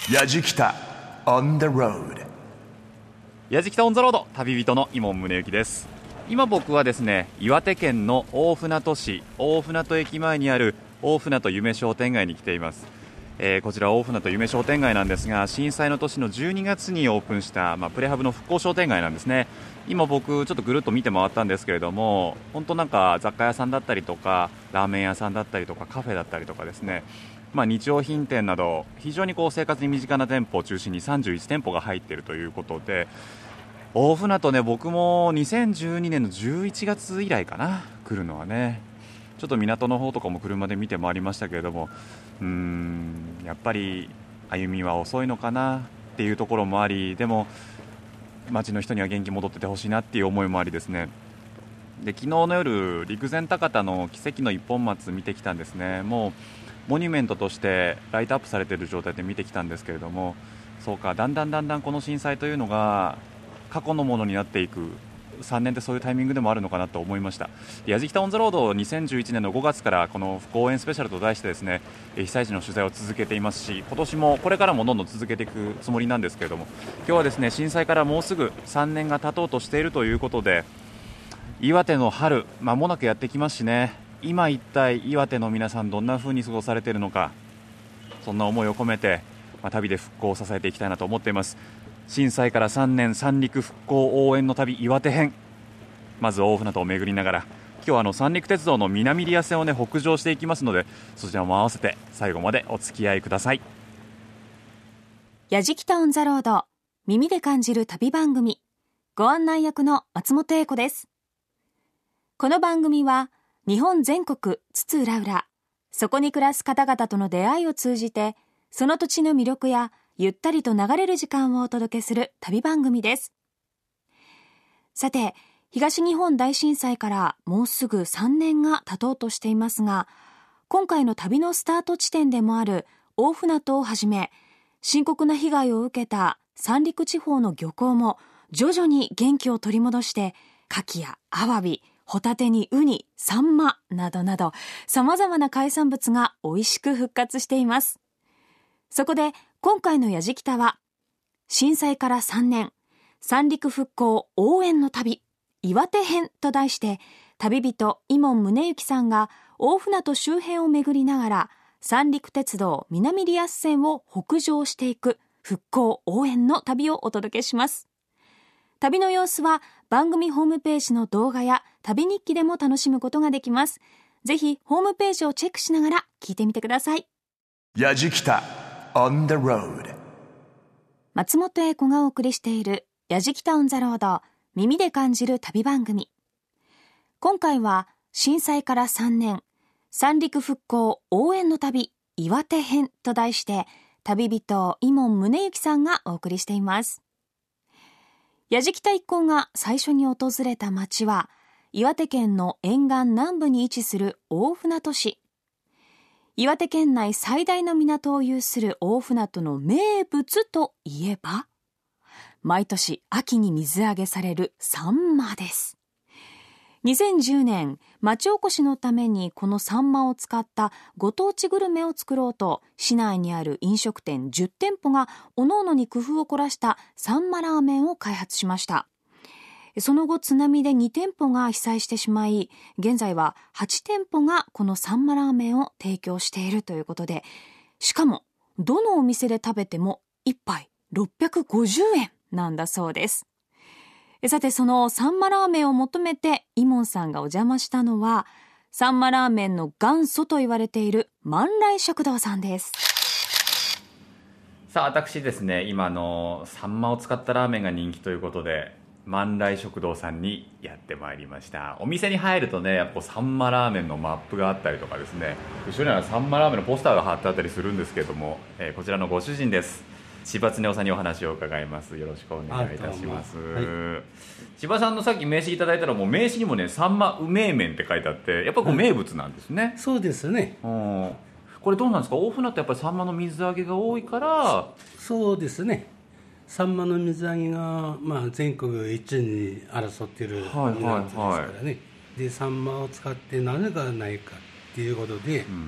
やじきた on the road。 やじきたオンザロード、旅人の伊門宗行です。今僕はですね、岩手県の大船渡市大船渡駅前にある大船渡夢商店街に来ています。こちら大船渡夢商店街なんですが、震災の年の12月にオープンした、プレハブの復興商店街なんですね。今僕ちょっとぐるっと見て回ったんですけれども、本当なんか雑貨屋さんだったりとかラーメン屋さんだったりとかカフェだったりとかですね、日用品店など非常に生活に身近な店舗を中心に31店舗が入っているということで、大船渡ね、僕も2012年の11月以来かな、来るのはね。ちょっと港の方とかも車で見て回りましたけれども、やっぱり歩みは遅いのかなっていうところもあり、でも街の人には元気戻っててほしいなっていう思いもありですね。で、昨日の夜陸前高田の奇跡の一本松見てきたんですね。もうモニュメントとしてライトアップされている状態で見てきたんですけれども、そうか、だんだんこの震災というのが過去のものになっていく3年ってそういうタイミングでもあるのかなと思いました。やじきたオンザロード、2011年の5月からこの復興応援スペシャルと題してですね、被災地の取材を続けていますし、今年もこれからもどんどん続けていくつもりなんですけれども、今日はですね、震災からもうすぐ3年が経とうとしているということで、岩手の春間もなくやってきますしね、今一体岩手の皆さんどんな風に過ごされているのか、そんな思いを込めて、旅で復興を支えていきたいなと思っています。震災から3年、三陸復興応援の旅岩手編、まず大船渡を巡りながら、今日は三陸鉄道の南リア線をね、北上していきますので、そちらも合わせて最後までお付き合いください。 やじきたオンザロード、耳で感じる旅番組、ご案内役の松本英子です。この番組は日本全国津々浦々、そこに暮らす方々との出会いを通じて、その土地の魅力やゆったりと流れる時間をお届けする旅番組です。さて、東日本大震災からもうすぐ3年が経とうとしていますが、今回の旅のスタート地点でもある大船渡をはじめ、深刻な被害を受けた三陸地方の漁港も徐々に元気を取り戻して、牡蠣やアワビ、ホタテにウニ、サンマなどなど様々な海産物が美味しく復活しています。そこで今回のやじきたは、震災から3年三陸復興応援の旅岩手編と題して、旅人伊門宗行さんが大船渡周辺を巡りながら三陸鉄道南リアス線を北上していく復興応援の旅をお届けします。旅の様子は番組ホームページの動画や旅日記でも楽しむことができます。ぜひホームページをチェックしながら聞いてみてください。 やじきた on the road。 松本英子がお送りしているやじきたオンザロード、耳で感じる旅番組。今回は震災から3年三陸復興応援の旅岩手編と題して、旅人伊門宗行さんがお送りしています。やじきた一行が最初に訪れた町は、岩手県の沿岸南部に位置する大船渡市。岩手県内最大の港を有する大船渡の名物といえば、毎年秋に水揚げされるサンマです。2010年、町おこしのためにこのサンマを使ったご当地グルメを作ろうと、市内にある飲食店10店舗が各々に工夫を凝らしたサンマラーメンを開発しました。その後、津波で2店舗が被災してしまい、現在は8店舗がこのサンマラーメンを提供しているということで、しかもどのお店で食べても1杯650円なんだそうです。さて、そのサンマラーメンを求めて伊門さんがお邪魔したのは、サンマラーメンの元祖と言われている万来食堂さんです。 さあ、私ですね、今サンマを使ったラーメンが人気ということで、万来食堂さんにやってまいりました。お店に入るとね、やっぱサンマラーメンのマップがあったりとかですね、後ろにはサンマラーメンのポスターが貼ってあったりするんですけれども、こちらのご主人です。千葉恒夫さんにお話を伺います。よろしくお願いいたします。はい、千葉さんのさっき名刺いただいたら、もう名刺にもね、サンマうめい麺って書いてあって、やっぱ名物なんですね。 そうですね。 これどうなんですか、大船ってやっぱりサンマの水揚げが多いから。 そうですね、サンマの水揚げが、全国一に争っている港ですからね、でサンマを使って何がないかっていうことで、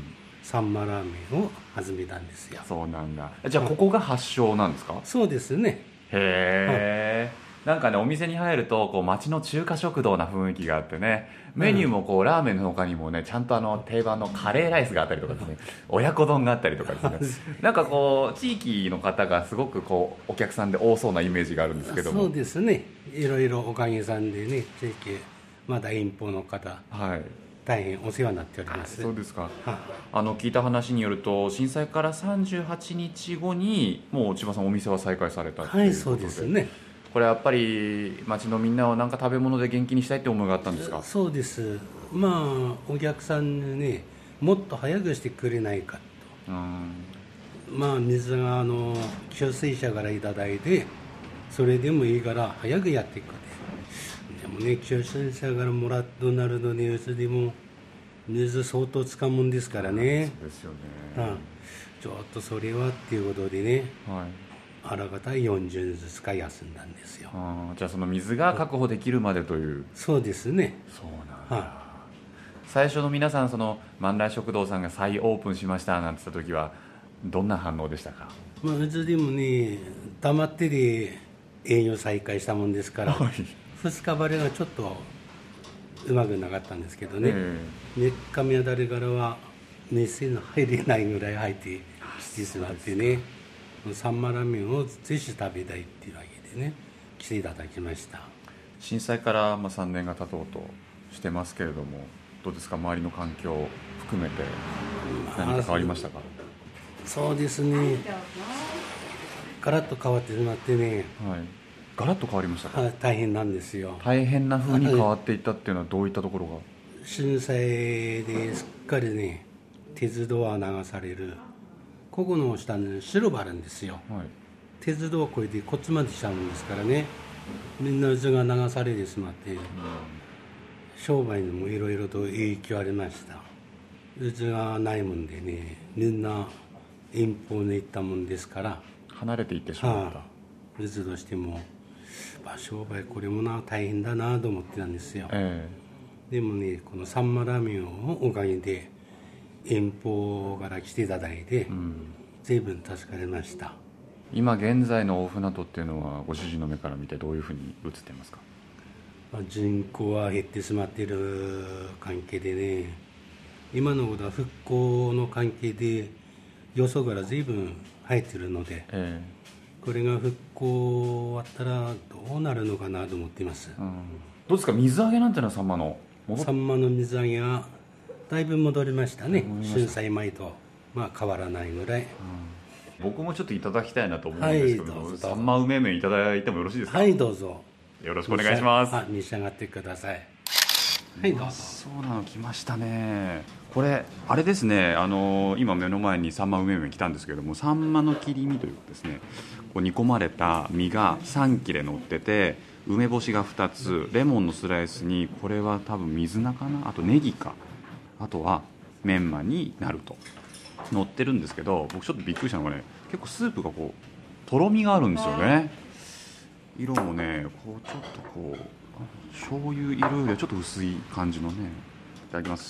サンマラーメンを始めたんですよ。 そうなんだ。じゃあここが発祥なんですか？ そうですね。 へえ、なんかね、お店に入るとこう町の中華食堂な雰囲気があってね、メニューもこうラーメンの他にもね、ちゃんと定番のカレーライスがあったりとかですね、親子丼があったりとかですね、なんかこう地域の方がすごくこうお客さんで多そうなイメージがあるんですけども。 そうですね。いろいろおかげさんでね、地域まだ遠方の方、 はい、 大変お世話になっております。 そうですか。 は聞いた話によると、震災から38日後にもう千葉さんお店は再開されたっていうことで、 はい、そうですね。 これやっぱり町のみんなをなんか食べ物で元気にしたいって思いがあったんですか？ そうです。まあお客さんにね、もっと早くしてくれないかと。まあ水が給水車からいただいて、それでもいいから早くやっていくでもね、給水車からもらっとなるのに、うちでも水相当使うもんですからね。 そうですよね。 ちょっとそれはっていうことでね、 はい、 あらかた40日ずつか休んだんですよ。 じゃあその水が確保できるまでという。 そうですね。 そうなんだ。最初の皆さん、その万来食堂さんが再オープンしましたなんて言った時はどんな反応でしたか？ まあ、うちでもね、黙ってで営業再開したもんですから、 はい、 2日バレがちょっとうまくなかったんですけどね、3日目あたりからは店に入れないぐらい入ってきてしまってね、サンマラーメンをぜひ食べたいっていうわけでね、来ていただきました。 震災から3年が経とうとしてますけれども、どうですか、周りの環境を含めて何か変わりましたか？ そうですね、ガラッと変わってしまってね、 はい、ガラッと変わりましたか？ 大変なんですよ。 大変な風に変わっていったっていうのはどういったところが？ 震災ですっかりね、鉄道は流される、ここの下に白場あるんですよ、はい、鉄道を越えてこっちまで来ちゃうんですからね、みんなうちが流されてしまって、商売にもいろいろと影響ありました。うちがないもんでね、みんな遠方に行ったもんですから離れていってしまった。 うちとしても、商売これもな大変だなと思ってたんですよ、でもね、このサンマラーメンをおかげで遠方から来ていただいて、随分助かりました。 今現在の大船渡っていうのはご主人の目から見てどういうふうに映っていますか？ 人口は減ってしまっている関係でね、今のことは復興の関係でよそから随分入っているので、これが復興終わったらどうなるのかなと思っています、 どうですか、水揚げなんてのはサンマの水揚げがだいぶ戻りましたね。震災前と変わらないぐらい、 僕もちょっといただきたいなと思うんですけど、サンマ梅麺いただいてもよろしいですか？ はい、どうぞよろしくお願いします。 召し上がってください。 はい、どうぞ。そうなの来ましたね。これあれですね、今目の前にサンマ梅麺来たんですけども、サンマの切り身というかですね、こう煮込まれた身が3切れ乗ってて、梅干しが2つ、レモンのスライスに、これは多分水菜かな、あとネギか、あとはメンマになると乗ってるんですけど、僕ちょっとびっくりしたのがね、結構スープがこうとろみがあるんですよね。色もね、こうちょっとこう醤油色よりはちょっと薄い感じのね。いただきます。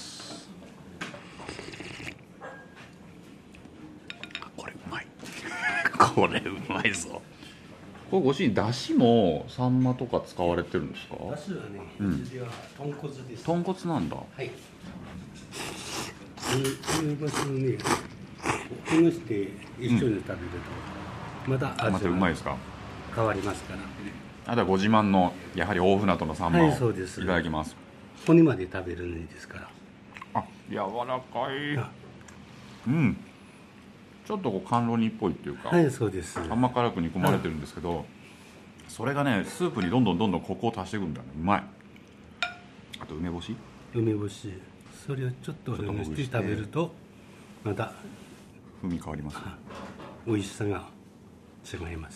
これうまいこれうまいぞ。これご主人、だしもサンマとか使われてるんですか？ だしはね、うちは豚骨です。 豚骨なんだ。 はい。梅干しをね、ほぐして一緒に食べると、また味うまいですか？ 変わりますから。 あとはご自慢のやはり大船渡のサンマを、 はい、そうです。 いただきます。 骨まで食べるのいいですから。 あ、柔らかい。ちょっとこう甘露煮っぽいっていうか、 はい、そうです。 甘辛く煮込まれてるんですけど、それがね、スープにどんどんコクを足していくんだよね。うまい。あと梅干し、 それをちょっとほぐして食べるとまた風味変わりますね。 美味しさが違います。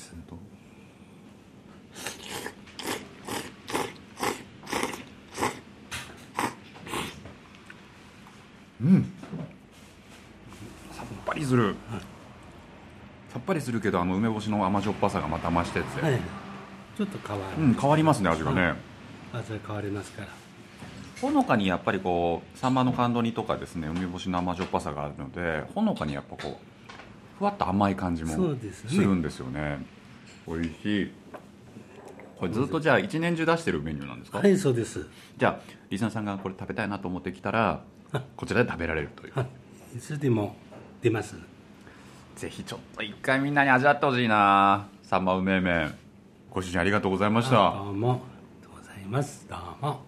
さっぱりする、さっぱりするけど、梅干しの甘じょっぱさがまた増してって、 ちょっと変わる、 変わりますね、味がね。 味が変わりますから。 ほのかにやっぱりこうサンマの甘露煮とかですね、梅干しの甘じょっぱさがあるので、ほのかにやっぱこうふわっと甘い感じもするんですよね。美味しい。これずっとじゃあ一年中出してるメニューなんですか？ はい、そうです。 じゃあリスナーさんがこれ食べたいなと思ってきたらこちらで食べられるという。 いつでも出ます。 ぜひちょっと一回みんなに味わってほしいな。サンマ梅麺、ご主人ありがとうございました。 どうもありがとうございます。どうも。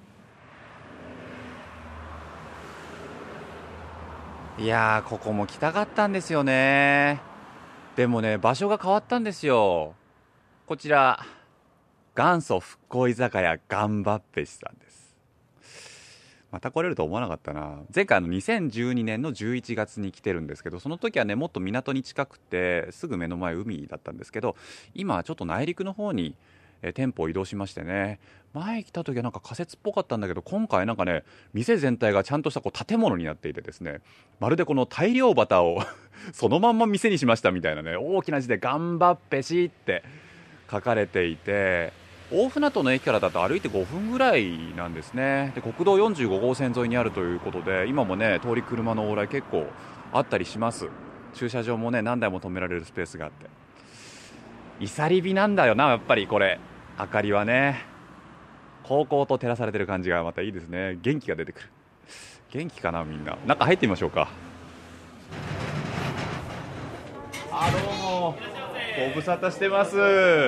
いやー、ここも来たかったんですよね。でもね、場所が変わったんですよ。こちら元祖復興居酒屋ガンバッペシさんです。また来れると思わなかったな。前回2012年の11月に来てるんですけど、その時はねもっと港に近くてすぐ目の前海だったんですけど、今はちょっと内陸の方に店舗を移動しましてね、前来た時はなんか仮設っぽかったんだけど、今回なんかね店全体がちゃんとしたこう建物になっていてですね、まるでこの大漁旗をそのまんま店にしましたみたいなね、大きな字でガンバッペシって書かれていて、大船渡の駅からだと歩いて5分ぐらいなんですね。で国道45号線沿いにあるということで、今もね通り車の往来結構あったりします。駐車場もね何台も止められるスペースがあって、いさり火なんだよな、やっぱりこれ明かりはね、こうこうと照らされてる感じがまたいいですね。元気が出てくる。元気かな、みんな。中入ってみましょうか。どうもご無沙汰してます。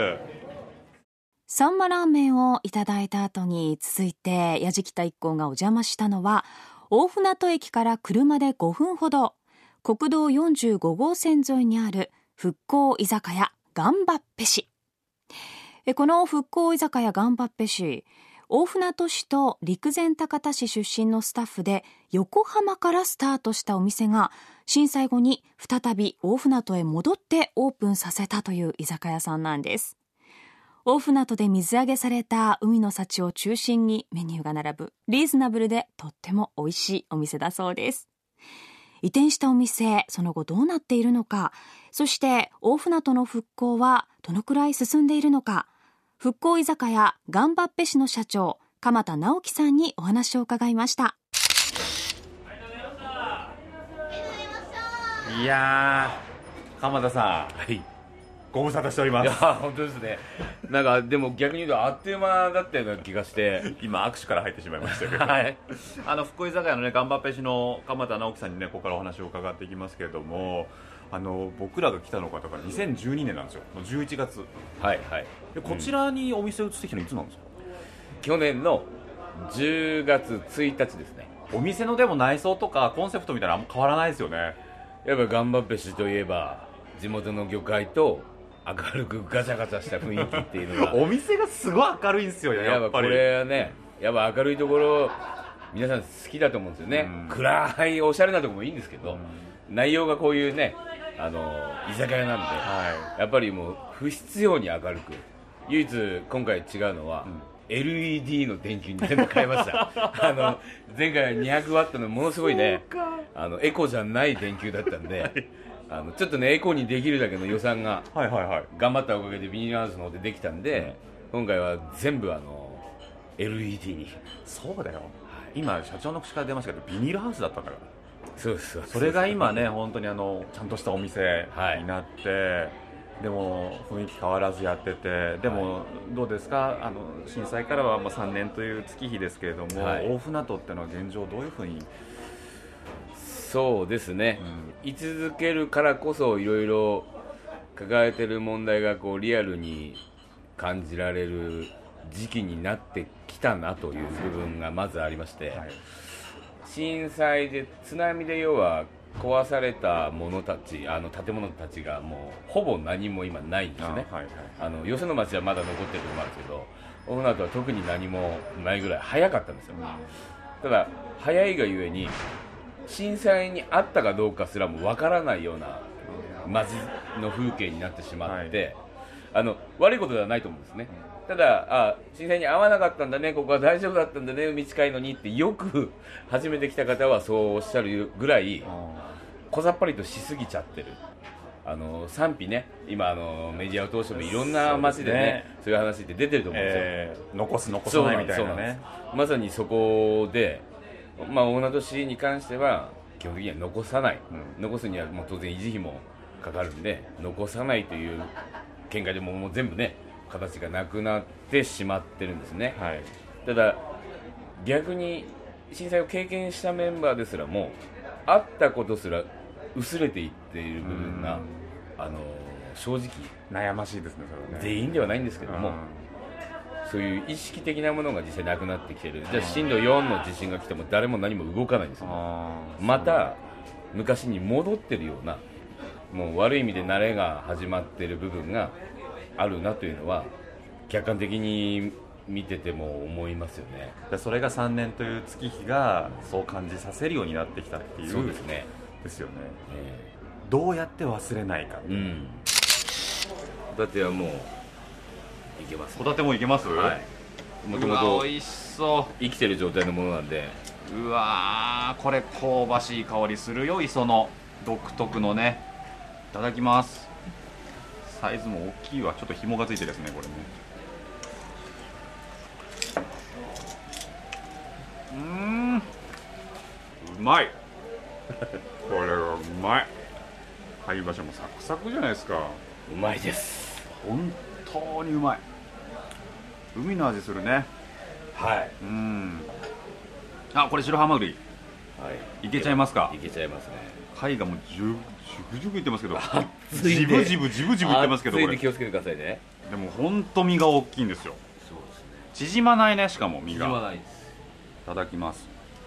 サンマラーメンをいただいた後に続いてやじきた一行がお邪魔したのは、大船渡駅から車で5分ほど、国道45号線沿いにある復興居酒屋ガンバッペシ。この復興居酒屋ガンバッペシ、大船渡市と陸前高田市出身のスタッフで横浜からスタートしたお店が、震災後に再び大船渡へ戻ってオープンさせたという居酒屋さんなんです。大船渡で水揚げされた海の幸を中心にメニューが並ぶリーズナブルでとっても美味しいお店だそうです。移転したお店、その後どうなっているのか、そして大船渡の復興はどのくらい進んでいるのか、復興居酒屋ガンバッペ市の社長鎌田直樹さんにお話を伺いました。 いやー、鎌田さん、 はい、 ご無沙汰しております。 いや本当ですね。なんかでも逆に言うとあっという間だったような気がして今握手から入ってしまいましたけど、 はい、 復興居酒屋のねガンバッペ市の鎌田直樹さんにねここからお話を伺っていきますけれども、僕らが来たのがだから2012年なんですよ、11月。 はいはい。 でこちらにお店移ってきたのいつなんですか？ 去年の10月1日ですね。 お店のでも内装とかコンセプトみたいなのあんま変わらないですよね。 やっぱガンバッペ市といえば地元の魚介と明るくガチャガチャした雰囲気っていうのがお店がすごい明るいんですよね。やっぱりこれはね、やっぱ明るいところ皆さん好きだと思うんですよね。暗いおしゃれなところもいいんですけど、内容がこういうね居酒屋なんで、やっぱりもう不必要に明るく、唯一今回違うのは、LED の電球に全部変えました前回は200ワットのものすごいねエコじゃない電球だったんで、ちょっとねエコにできるだけの予算が頑張ったおかげでビニールハウスの方でできたんで、今回は全部LED に。 そうだよ、今社長の口から出ましたけどビニールハウスだったんだから。 そうです。 それが今ね本当にちゃんとしたお店になって、でも雰囲気変わらずやってて、でもどうですか、震災からは3年という月日ですけれども、大船渡ってのは現状どういうふうに？ そうですね、居続けるからこそいろいろ抱えてる問題がこうリアルに感じられる時期になってきたなという部分がまずありまして、震災で津波で要は壊されたものたち、建物たちがもうほぼ何も今ないんですよね。よその町はまだ残ってるところもあるんですけど、大船渡は特に何もないぐらい早かったんですよ。ただ早いがゆえに震災にあったかどうかすらもわからないような街の風景になってしまって、悪いことではないと思うんですね。ただ震災に遭わなかったんだね、ここは大丈夫だったんだね、海近いのにってよく初めて来た方はそうおっしゃるぐらい小ざっぱりとしすぎちゃってる。 賛否ね、今メディアを通してもいろんな街でね、そういう話って出てると思うんですよ。 残す残さないみたいなね。 まさにそこで、大船渡市に関しては基本的には残さない、残すにはもう当然維持費もかかるんで、残さないという見解でもう全部ね、形がなくなってしまってるんですね。はい、ただ逆に震災を経験したメンバーですらも、あったことすら薄れていっている部分が正直悩ましいですね、それはね。 全員ではないんですけども、そういう意識的なものが実際なくなってきている。じゃあ震度4の地震が来ても誰も何も動かないんですよ。また昔に戻ってるような、もう悪い意味で慣れが始まっている部分があるなというのは客観的に見てても思いますよね。 それが3年という月日がそう感じさせるようになってきたっていう。 そうですね。 ですよね。どうやって忘れないか。 ホタテはもういけます、ね。 ホタテもいけます？はい。 もともと美味しそう。 生きてる状態のものなんで。 うわー、これ香ばしい香りするよ、磯の独特のね。いただきます。サイズも大きいわ。ちょっと紐がついてですね、これね。うまい。これはうまい。貝柱もサクサクじゃないですか。 うまいです。 本当にうまい。海の味するね。 はい。 あ、これ白ハマグリ。 はい。 いけちゃいますか。 いけちゃいますね。 貝がもうジュブジュブいってますけど、 ジブジブジブジブいってますけど、 これ気をつけてくださいね。 でも本当身が大きいんですよ。 そうですね。 縮まないね、しかも身が。 縮まないです。 いただきます。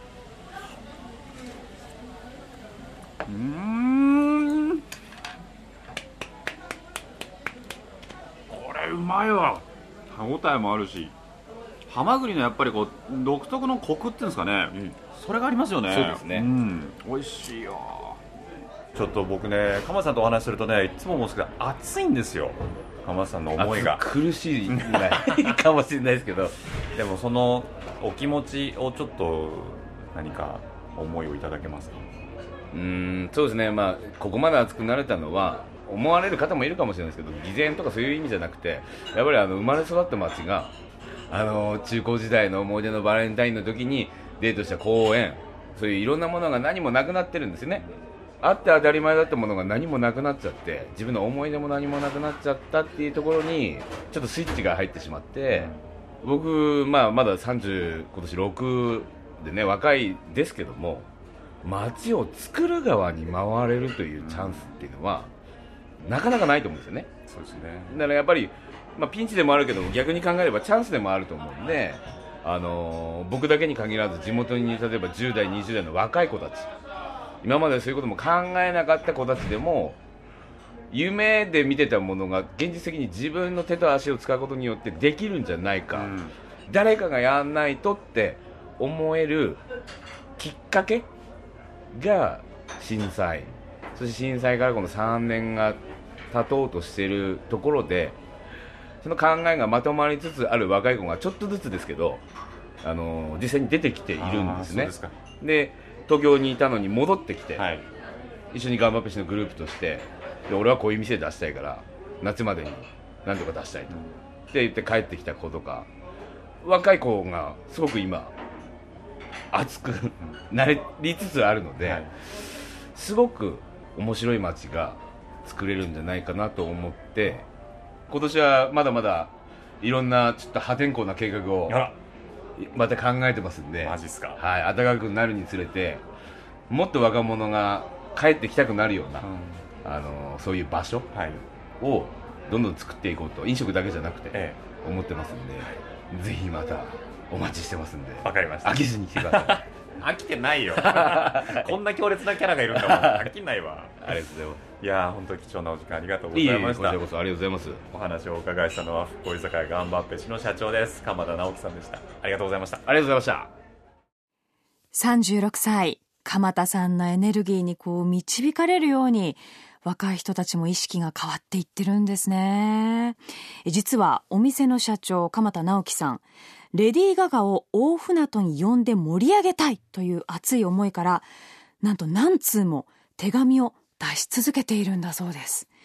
これうまいわ。歯ごたえもあるし、ハマグリのやっぱりこう独特のコクっていうんですかね、それがありますよね。 そうですね。 美味しいよ。ちょっと僕ね、鎌田さんとお話しするとね、いつも思うんですけど熱いんですよ、鎌田さんの思いが。 苦しいぐらいかもしれないですけどでもそのお気持ちをちょっと何か思いをいただけますか。 そうですね、ここまで熱くなれたのは思われる方もいるかもしれないですけど、偽善とかそういう意味じゃなくて、やっぱり生まれ育った町が中高時代の思い出のバレンタインの時にデートした公園、そういういろんなものが何もなくなってるんですよね。あって当たり前だったものが何もなくなっちゃって、自分の思い出も何もなくなっちゃったっていうところにちょっとスイッチが入ってしまって、僕、まだ30今年6でね、若いですけども、街を作る側に回れるというチャンスっていうのはなかなかないと思うんですよね。 そうですね。 だからやっぱり、ピンチでもあるけど逆に考えればチャンスでもあると思うんで、僕だけに限らず地元に例えば10代20代の若い子たち、今までそういうことも考えなかった子たちでも夢で見てたものが現実的に自分の手と足を使うことによってできるんじゃないか、誰かがやんないとって思えるきっかけが震災、そして震災からこの3年が経とうとしているところで、その考えがまとまりつつある若い子がちょっとずつですけど実際に出てきているんですね。で東京にいたのに戻ってきて、一緒にガンバペシのグループとして、で俺はこういう店で出したいから夏までに何とか出したいと、って言って帰ってきた子とか、若い子がすごく今熱くなりつつあるので、すごく面白い街が作れるんじゃないかなと思って、今年はまだまだいろんなちょっと破天荒な計画をまた考えてますんで。 マジっすか。 はい、暖かくなるにつれてもっと若者が帰ってきたくなるような、そういう場所をどんどん作っていこうと、飲食だけじゃなくて思ってますんで、ぜひまたお待ちしてますんで。 わかりました。 飽きずに来てください。 飽きてないよ。こんな強烈なキャラがいるんだもん。飽きないわ。 ありがとうございます。 いやー、本当に貴重なお時間ありがとうございました。 こちらこそありがとうございます。 お話をお伺いしたのは復興居酒屋ガンバッペシの社長です。鎌田直樹さんでした。ありがとうございました。 ありがとうございました。36歳、鎌田さんのエネルギーに導かれるように、若い人たちも意識が変わっていってるんですね。実はお店の社長鎌田直樹さん、レディー・ガガを大船渡に呼んで盛り上げたいという熱い思いから、なんと何通も手紙を出し続けているんだそうです。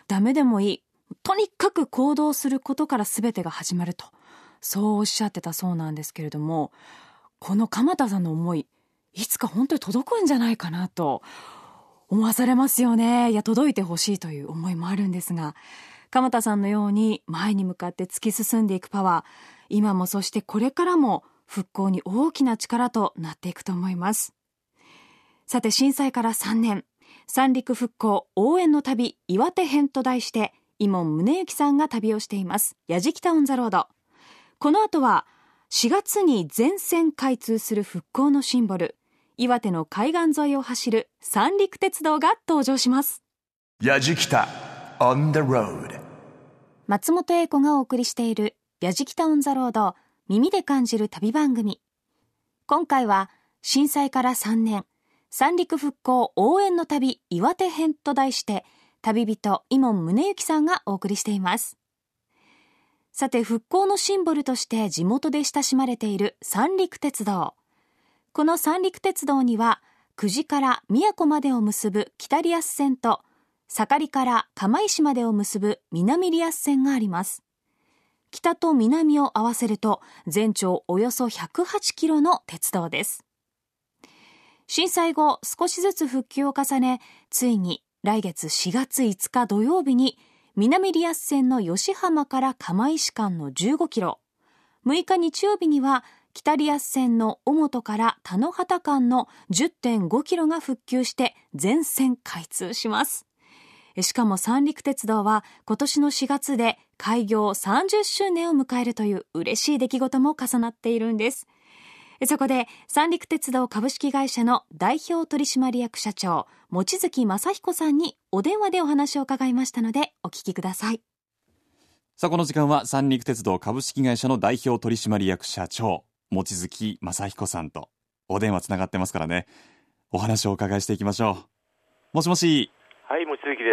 ダメでもいい、とにかく行動することから全てが始まると、そうおっしゃってたそうなんですけれども、この鎌田さんの思い、いつか本当に届くんじゃないかなと思わされますよね。いや、届いてほしいという思いもあるんですが、鎌田さんのように前に向かって突き進んでいくパワー、今もそしてこれからも復興に大きな力となっていくと思います。さて、震災から3年、三陸復興応援の旅岩手編と題して伊門宗行さんが旅をしていますやじきたオンザロード。この後は4月に全線開通する復興のシンボル、岩手の海岸沿いを走る三陸鉄道が登場します。 やじきた on the road。 松本英子がお送りしているやじきたオンザロード、耳で感じる旅番組。今回は震災から3年、三陸復興応援の旅岩手編と題して旅人伊門宗行さんがお送りしています。さて、復興のシンボルとして地元で親しまれている三陸鉄道。この三陸鉄道には久慈から宮古までを結ぶ北リアス線と盛りから釜石までを結ぶ南リアス線があります。北と南を合わせると全長およそ108キロの鉄道です。震災後少しずつ復旧を重ね、ついに来月4月5日土曜日に南リアス線の吉浜から釜石間の15キロ、6日日曜日には北リアス線の尾本から田野畑間の 10.5 キロが復旧して全線開通します。しかも三陸鉄道は今年の4月で開業30周年を迎えるという嬉しい出来事も重なっているんです。そこで三陸鉄道株式会社の代表取締役社長望月正彦さんにお電話でお話を伺いましたのでお聞きください。 さあ、この時間は三陸鉄道株式会社の代表取締役社長望月正彦さんとお電話つながってますからね、お話をお伺いしていきましょう。もしもし。 はい、望月です。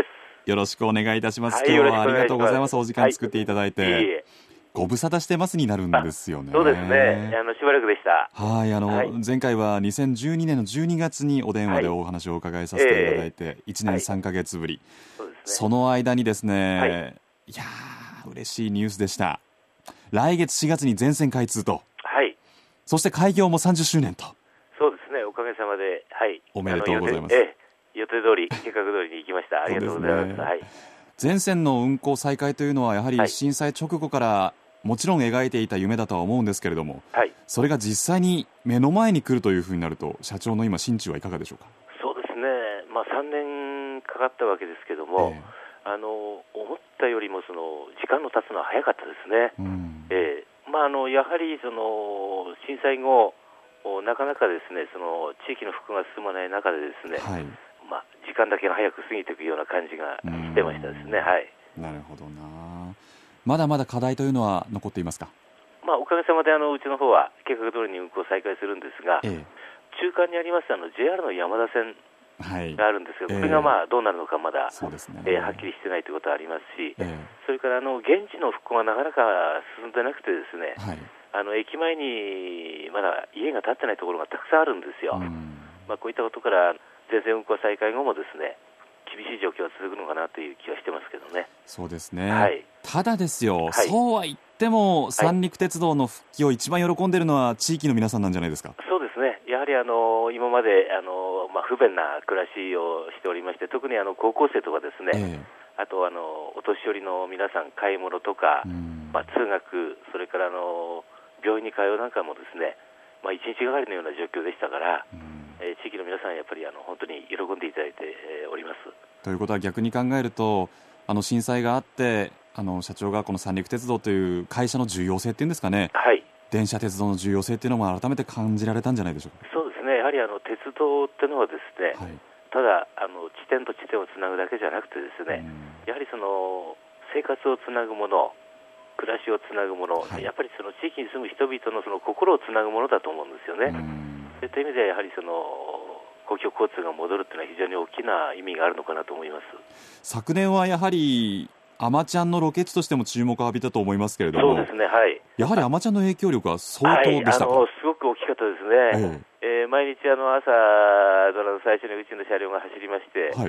よろしくお願いいたします。 はい、 今日はありがとうございます。お時間作っていただいて、 はい、いえご無沙汰してますになるんですよね。 そうですね、しばらくでした。 はい、 はい、 前回は2012年の12月にお電話でお話をお伺いさせていただいて、1年3ヶ月ぶり、 そうですね、 その間にですね、いやー嬉しいニュースでした。来月4月に全線開通と、 はい、 そして開業も30周年と。 そうですね、おかげさまで、はい、 おめでとうございます。 予定通り、計画通りに行きました。ありがとうございます。はい、 全線の運行再開というのはやはり震災直後からもちろん描いていた夢だとは思うんですけれども、 はい、 それが実際に目の前に来るというふうになると、社長の今心中はいかがでしょうか。 そうですね、3年かかったわけですけども、思ったよりもその時間の経つのは早かったですね。やはりその震災後なかなかですね、その地域の復興が進まない中でですね、時間だけが早く過ぎていくような感じがしてましたですね。はい、なるほどな。 まだまだ課題というのは残っていますか。 おかげさまでうちの方は計画通りに運行再開するんですが、中間にありますJR の山田線があるんですが、これがどうなるのかまだ、 そうですね、 はっきりしてないということはありますし、それから現地の復興がなかなか進んでなくてですね、駅前にまだ家が建ってないところがたくさんあるんですよ。こういったことから全線運行再開後もですね、厳しい状況は続くのかなという気はしてますけどね。 そうですね、ただですよ、そうは言っても三陸鉄道の復帰を一番喜んでいるのは地域の皆さんなんじゃないですか。 そうですね、やはり今まで不便な暮らしをしておりまして、特に高校生とかですね、あとお年寄りの皆さん、買い物とか、通学、それから病院に通うなんかもですね、一日がかりのような状況でしたから、地域の皆さんやっぱり本当に喜んでいただいております。 ということは逆に考えると、震災があって社長がこの三陸鉄道という会社の重要性っていうんですかね、電車鉄道の重要性っていうのも改めて感じられたんじゃないでしょうか。 そうですね、やはり鉄道っていうのはですね、ただ地点と地点をつなぐだけじゃなくてですね、やはりその生活をつなぐもの、暮らしをつなぐもの、やっぱりその地域に住む人々のその心をつなぐものだと思うんですよね。そういった意味でやはりその公共交通が戻るというのは非常に大きな意味があるのかなと思います。 昨年はやはりアマちゃんのロケ地としても注目を浴びたと思いますけれども、 そうですね、 やはりアマちゃんの影響力は相当でしたか。 すごく大きかったですね。毎日朝ドラの最初にうちの車両が走りまして、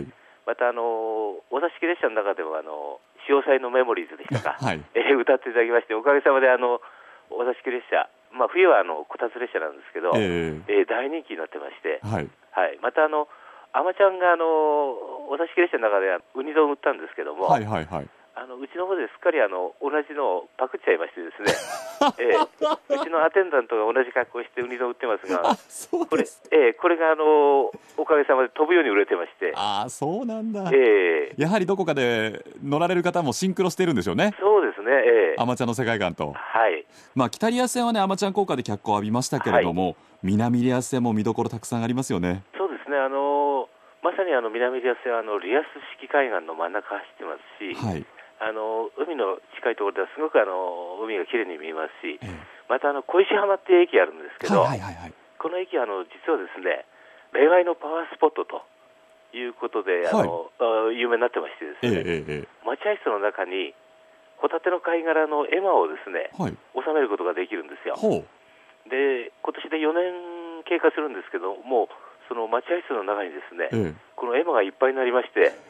またお座敷列車の中でも潮騒のメモリーズでしたか、 はい、 歌っていただきまして、おかげさまでお座敷列車、冬はこたつ列車なんですけど、大人気になってまして、 はいはい、またアマちゃんがお座敷列車の中でウニ丼を売ったんですけども、 はいはいはい、 うちの方ですっかり同じのをパクっちゃいましてですね、うちのアテンダントが同じ格好してウニ丼売ってますが、 そうですこれがおかげさまで飛ぶように売れてまして。 そうなんだ、やはりどこかで乗られる方もシンクロしてるんでしょうね。 そうですね、 アマちゃんの世界観と、 はい、 北リアス線はね、アマちゃん効果で脚光を浴びましたけれども、はい、南リアス線も見どころたくさんありますよね。 そうですね、まさに南リアス線はリアス式海岸の真ん中走ってますし、はい、海の近いところではすごく海がきれいに見えますし、また小石浜っていう駅あるんですけど、はいはいはいはい、この駅は実はですね、恋愛のパワースポットということで有名になってましてですね、待合室の中にホタテの貝殻の絵馬をですね、はい、収めることができるんですよ。で、今年で4年経過するんですけども、その待合室の中にですね、この絵馬がいっぱいになりまして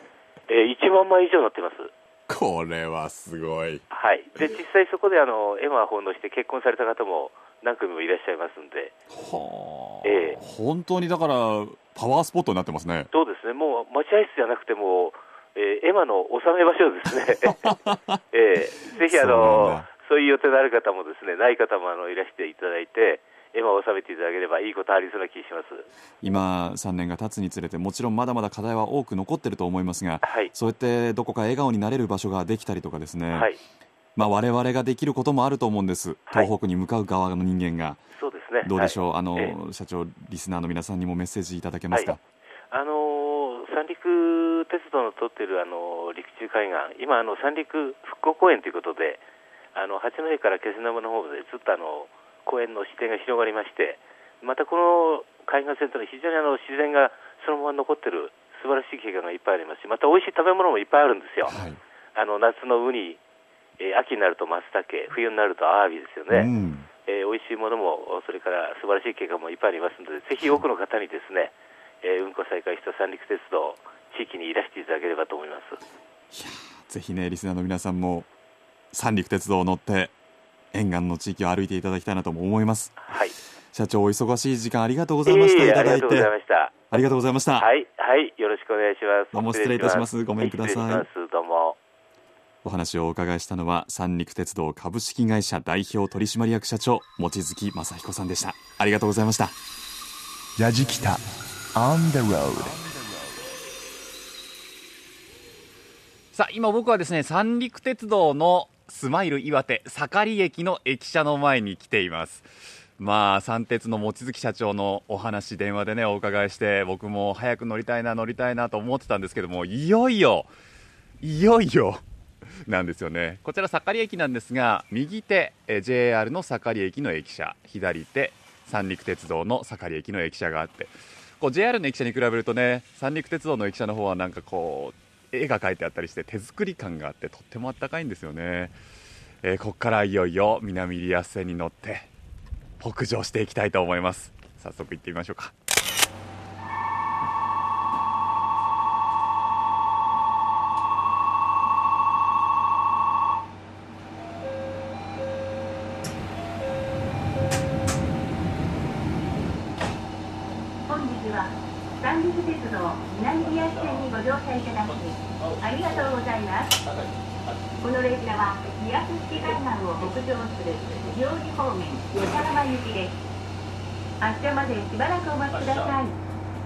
、1万枚以上になってます。 これはすごい。 はい。で、実際そこで絵馬を奉納して結婚された方も何組もいらっしゃいますんで。 本当にだからパワースポットになってますね。 そうですね。もう待合室じゃなくても絵馬の収め場所ですね。ぜひそういう予定のある方もですね、ない方もいらしていただいて、絵馬を収めていただければいいことありそうな気がします。 今3年が経つにつれて、もちろんまだまだ課題は多く残っていると思いますが、はい、そうやってどこか笑顔になれる場所ができたりとかですね、はい、我々ができることもあると思うんです。東北に向かう側の人間が、 そうですね、 どうでしょう、はい、社長、リスナーの皆さんにもメッセージいただけますか。 はい、三陸鉄道の通っている陸中海岸、今三陸復興公園ということで、八戸から気仙沼の方でずっと公園の視点が広がりまして、またこの海岸線というのは非常に自然がそのまま残っている素晴らしい景観がいっぱいありますし、また美味しい食べ物もいっぱいあるんですよ。はい、夏のウニ、秋になると松茸、冬になるとアワビですよね。美味しいものも、それから素晴らしい景観もいっぱいありますので、ぜひ多くの方にですね、運行再開した三陸鉄道、地域にいらしていただければと思います。 いや、ぜひね、リスナーの皆さんも三陸鉄道を乗って沿岸の地域を歩いていただきたいなとも思います。はい、社長、お忙しい時間ありがとうございました。いただいてありがとうございました。ありがとうございました。 はいはい、よろしくお願いします。 どうも失礼いたします。ごめんください。 失礼します。どうも。 お話をお伺いしたのは三陸鉄道株式会社代表取締役社長、望月正彦さんでした。ありがとうございました。 やじきた On the road。 さあ、今僕はですね、三陸鉄道のスマイル岩手盛り駅の駅舎の前に来ています。三鉄の望月社長のお話、電話でねお伺いして、僕も早く乗りたいなと思ってたんですけども、いよいよなんですよね。こちら盛り駅なんですが、右手 JR の盛り駅の駅舎、左手三陸鉄道の盛り駅の駅舎があって、JR の駅舎に比べるとね、三陸鉄道の駅舎の方はなんか絵が描いてあったりして手作り感があって、とってもあったかいんですよね。ここからいよいよ南リアス線に乗って北上していきたいと思います。早速行ってみましょうか。 本日は三陸鉄道南リアス線にご乗車いただきありがとうございます。この列車はリアス式海岸を北上する行事方面与謝浜行きです。発車までしばらくお待ちください。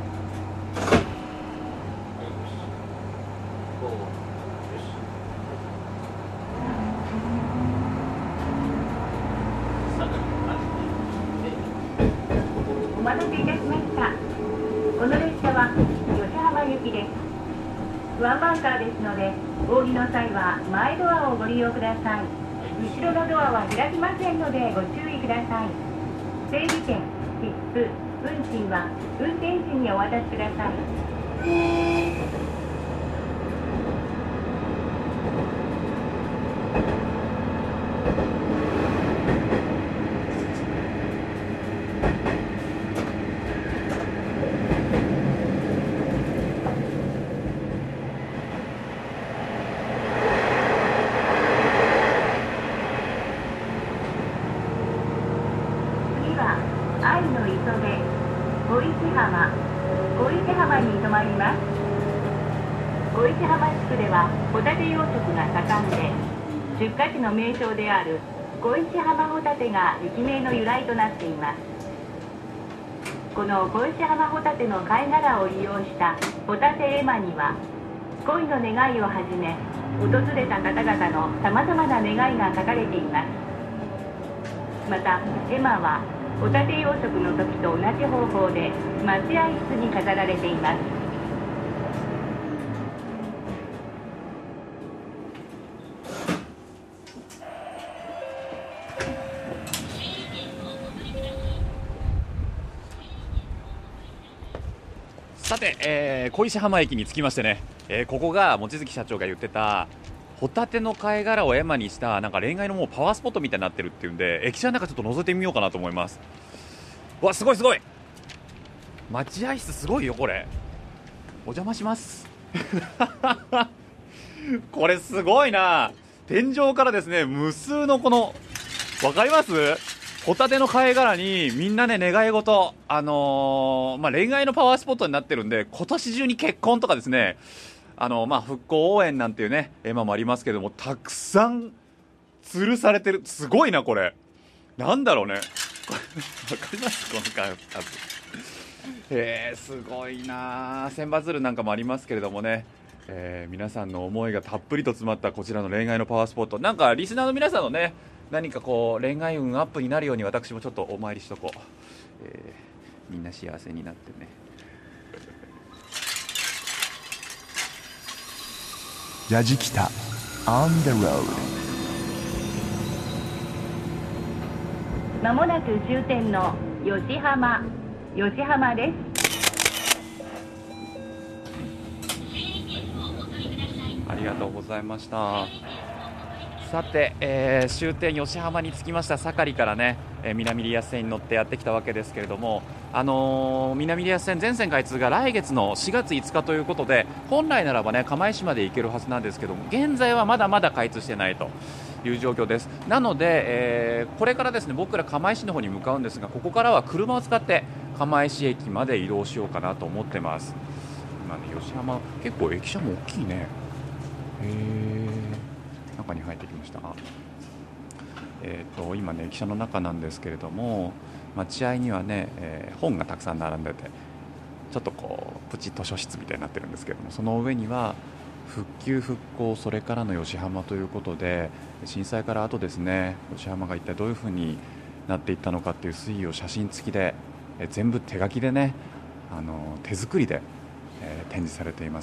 お待たせいたしました。この列車は与謝浜行きです。ワンバンカーですので、お降りの際は前ドアをご利用ください。後ろのドアは開きませんのでご注意ください。整理券、切符、運賃は運転士にお渡しください。 ホタテ養殖が盛んで、出荷地の名称である小石浜ホタテが駅名の由来となっています。この小石浜ホタテの貝殻を利用したホタテ絵馬には、恋の願いをはじめ訪れた方々のさまざまな願いが書かれています。また絵馬はホタテ養殖の時と同じ方法で待合室に飾られています。 さて、小石浜駅に着きましてね、ここが望月社長が言ってたホタテの貝殻を絵馬にしたなんか恋愛のもうパワースポットみたいになってるっていうんで、駅舎の中ちょっと覗いてみようかなと思います。わ、すごいすごい、待合室すごいよこれ。お邪魔しますこれすごいな。天井からですね、無数のこの、わかります？ホタテの貝殻にみんなね願い事、恋愛のパワースポットになってるんで、今年中に結婚とかですね、復興応援なんていうね絵馬もありますけども、たくさん吊るされてる。すごいなこれ。なんだろうね、わかりますこの数。すごいな。千羽鶴なんかもありますけれどもね、皆さんの思いがたっぷりと詰まったこちらの恋愛のパワースポット、なんかリスナーの皆さんのね何かこう恋愛運アップになるように私もちょっとお参りしとこう。みんな幸せになってね。 やじきた On the road。 まもなく終点の吉浜です。 ありがとうございました。さて、終点吉浜に着きました。盛からね、南リアス線に乗ってやってきたわけですけれども、南リアス線全線開通が来月の4月5日ということで、本来ならばね釜石まで行けるはずなんですけども、現在はまだまだ開通してないという状況です。なので、これからですね僕ら釜石の方に向かうんですが、ここからは車を使って釜石駅まで移動しようかなと思ってます。今ね吉浜結構駅舎も大きいね。中に入ってきました。今ね駅舎の中なんですけれども、待合にはね、本がたくさん並んでて、ちょっとこうプチ図書室みたいになってるんですけれども、その上には復旧復興それからの吉浜ということで、震災から後ですね吉浜が一体どういう風になっていったのかっていう推移を写真付きで、全部手書きでね手作りで、展示されています。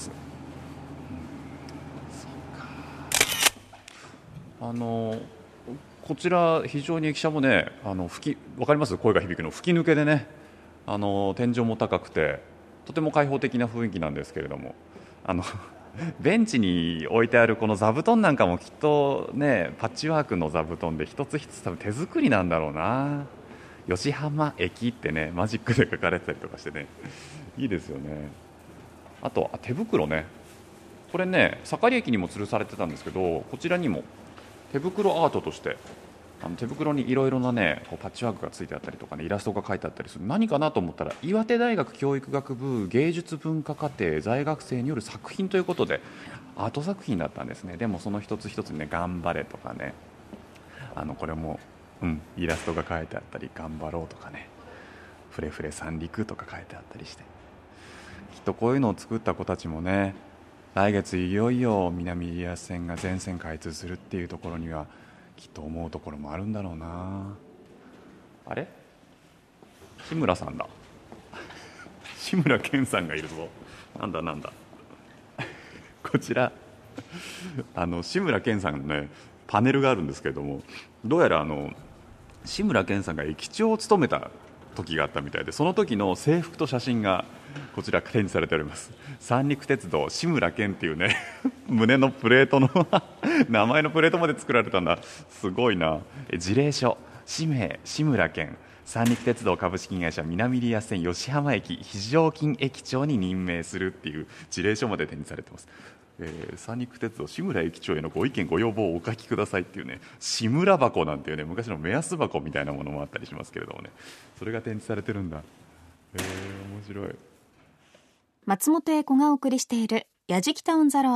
こちら非常に駅舎もねわかります？声が響くの吹き抜けでね、天井も高くてとても開放的な雰囲気なんですけれども、ベンチに置いてあるこの座布団なんかもきっとねパッチワークの座布団で一つ一つ多分手作りなんだろうな。吉浜駅ってねマジックで書かれてたりとかしてねいいですよね。あと手袋ね、これね盛駅にも吊るされてたんですけど、こちらにも手袋アートとして手袋にいろいろなねこうパッチワークがついてあったりとかね、イラストが描いてあったりする。何かなと思ったら岩手大学教育学部芸術文化課程在学生による作品ということでアート作品だったんですね。でもその一つ一つにね頑張れとかね、これも、イラストが描いてあったり、頑張ろうとかね、フレフレ三陸とか書いてあったりして、きっとこういうのを作った子たちもね来月いよいよ南リアス線が全線開通するっていうところにはきっと思うところもあるんだろうな。あれ志村さんだ志村けんさんがいるぞ。なんだこちら志村けんさんのねパネルがあるんですけれども、どうやら志村けんさんが駅長を務めた時があったみたいで、その時の制服と写真がこちら展示されております。三陸鉄道志村けんっていうね胸のプレートの名前のプレートまで作られたんだ。すごいな。辞令書氏名志村けん、三陸鉄道株式会社南リアス線吉浜駅非常勤駅長に任命するっていう辞令書まで展示されています。三陸鉄道志村駅長へのご意見ご要望をお書きくださいっていうね、志村箱なんていうね昔の目安箱みたいなものもあったりしますけれどもね、それが展示されてるんだ。面白い。 松本英子がお送りしているやじきたオンザロード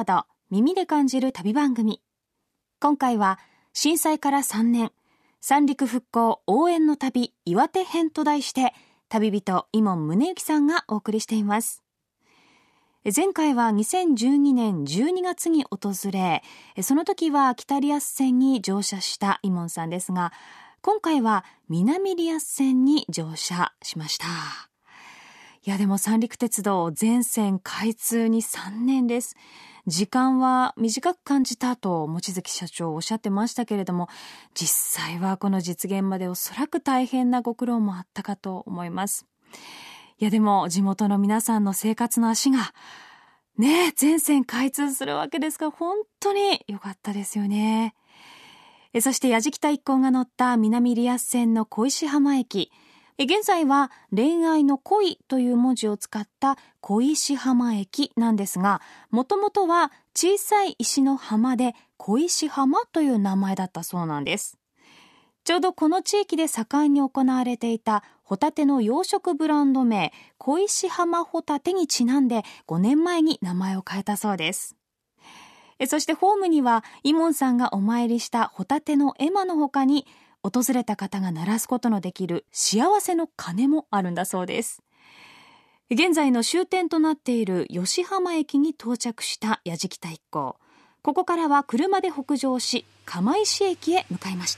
耳で感じる旅番組。今回は震災から3年、三陸復興応援の旅岩手編と題して、旅人伊門宗行さんがお送りしています。前回は2012年12月に訪れ、その時は北リアス線に乗車した伊門さんですが、今回は南リアス線に乗車しました。いやでも三陸鉄道全線開通に3年です。時間は短く感じたと望月社長おっしゃってましたけれども、実際はこの実現までおそらく大変なご苦労もあったかと思います。いやでも地元の皆さんの生活の足がね、全線開通するわけですから、本当に良かったですよね。そして矢敷田一行が乗った南リアス線の小石浜駅、現在は恋愛の恋という文字を使った小石浜駅なんですが、もともとは小さい石の浜で小石浜という名前だったそうなんです。ちょうどこの地域で盛んに行われていたホタテの養殖ブランド名小石浜ホタテにちなんで5年前に名前を変えたそうです。そしてホームには伊門さんがお参りしたホタテの絵馬の他に、訪れた方が鳴らすことのできる幸せの鐘もあるんだそうです。現在の終点となっている吉浜駅に到着した矢敷田一行、ここからは車で北上し釜石駅へ向かいました。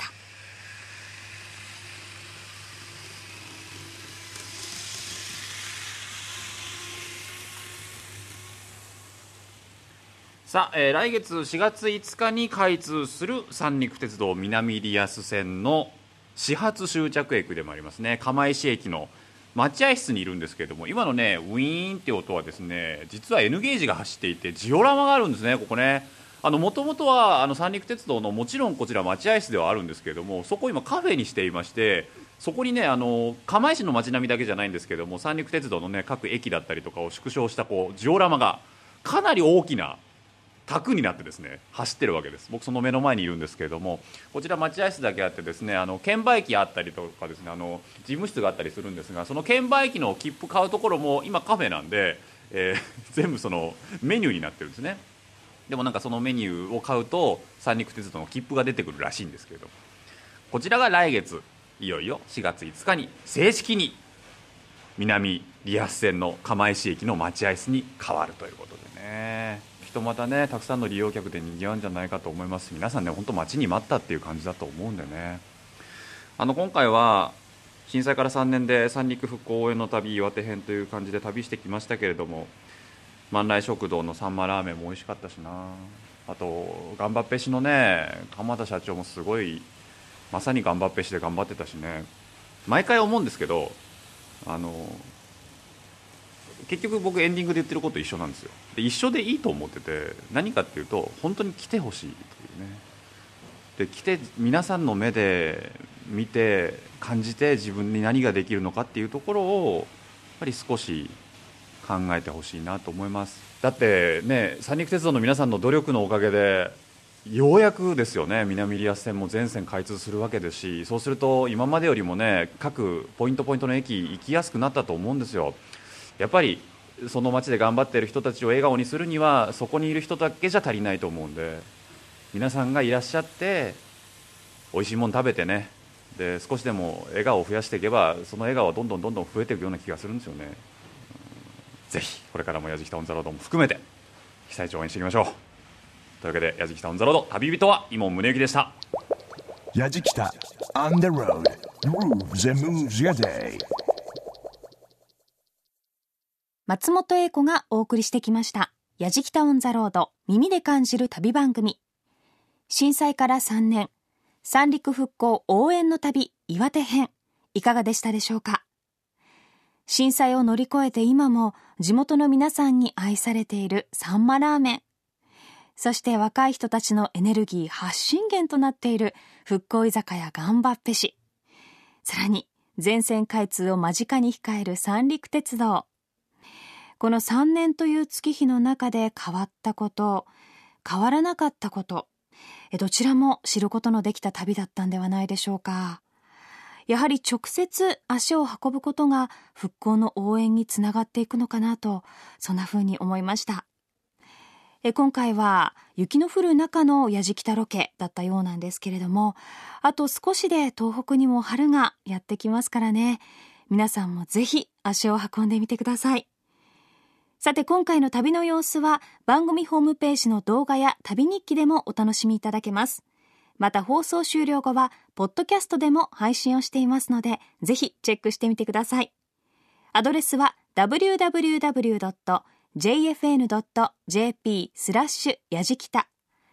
さあ、来月4月5日に開通する三陸鉄道南リアス線の始発終着駅でもありますね、釜石駅の待合室にいるんですけれども、今のねウィーンって音はですね、実は N ゲージが走っていてジオラマがあるんですね。ここね、もともとは三陸鉄道のもちろんこちら待合室ではあるんですけれども、そこを今カフェにしていまして、そこにね釜石の街並みだけじゃないんですけども、三陸鉄道のね各駅だったりとかを縮小したこうジオラマがかなり大きな卓になってですね走ってるわけです。僕その目の前にいるんですけれども、こちら待合室だけあってですね、券売機あったりとかですね、事務室があったりするんですが、その券売機の切符買うところも今カフェなんで、全部そのメニューになってるんですね。でもなんかそのメニューを買うと三陸鉄道の切符が出てくるらしいんですけれど、こちらが来月いよいよ4月5日に正式に南リアス線の釜石駅の待合室に変わるということでね、きっとまたねたくさんの利用客で賑わうんじゃないかと思います。皆さんね本当待ちに待ったっていう感じだと思うんでね、今回は震災から3年で三陸復興応援の旅岩手編という感じで旅してきましたけれども、万来食堂のサンマラーメンも美味しかったしな、あと頑張っぺしのね鎌田社長もすごいまさに頑張っぺしで頑張ってたしね、毎回思うんですけど結局僕エンディングで言ってること一緒なんですよ。で一緒でいいと思ってて、何かっていうと本当に来てほしいというね、で来て皆さんの目で見て感じて自分に何ができるのかっていうところをやっぱり少し考えてほしいなと思います。だってね三陸鉄道の皆さんの努力のおかげでようやくですよね、南リアス線も全線開通するわけですし、そうすると今までよりもね各ポイントの駅行きやすくなったと思うんですよ。やっぱりその街で頑張っている人たちを笑顔にするにはそこにいる人だけじゃ足りないと思うんで、皆さんがいらっしゃって美味しいもの食べてね、で少しでも笑顔を増やしていけばその笑顔はどんどん増えていくような気がするんですよね。ぜひこれからも矢敷タウンザロードも含めて被災地を応援していきましょう。というわけで矢敷タウンザロード旅人は伊門宗行でした。 矢敷タ On the road Grooves and Moves Your Day。 松本英子がお送りしてきました矢敷タウンザロード耳で感じる旅番組。震災から3年、三陸復興応援の旅岩手編、いかがでしたでしょうか。震災を乗り越えて今も地元の皆さんに愛されているサンマラーメン、そして若い人たちのエネルギー発信源となっている復興居酒屋がんばっぺし、さらに全線開通を間近に控える三陸鉄道。この3年という月日の中で変わったこと、変わらなかったこと、どちらも知ることのできた旅だったんではないでしょうか。やはり直接足を運ぶことが復興の応援につながっていくのかなと、そんな風に思いました。 今回は雪の降る中のやじきたロケだったようなんですけれども、あと少しで東北にも春がやってきますからね、皆さんもぜひ足を運んでみてください。さて、今回の旅の様子は番組ホームページの動画や旅日記でもお楽しみいただけます。また放送終了後はポッドキャストでも配信をしていますので、ぜひチェックしてみてください。アドレスは www.jfn.jp/ やじきた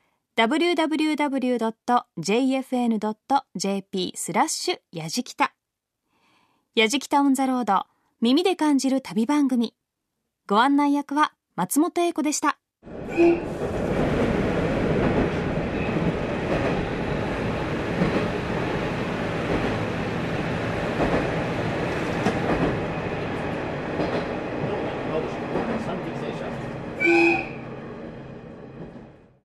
www.jfn.jp/ やじきた。やじきたオンザロード、耳で感じる旅番組。ご案内役は松本英子でした。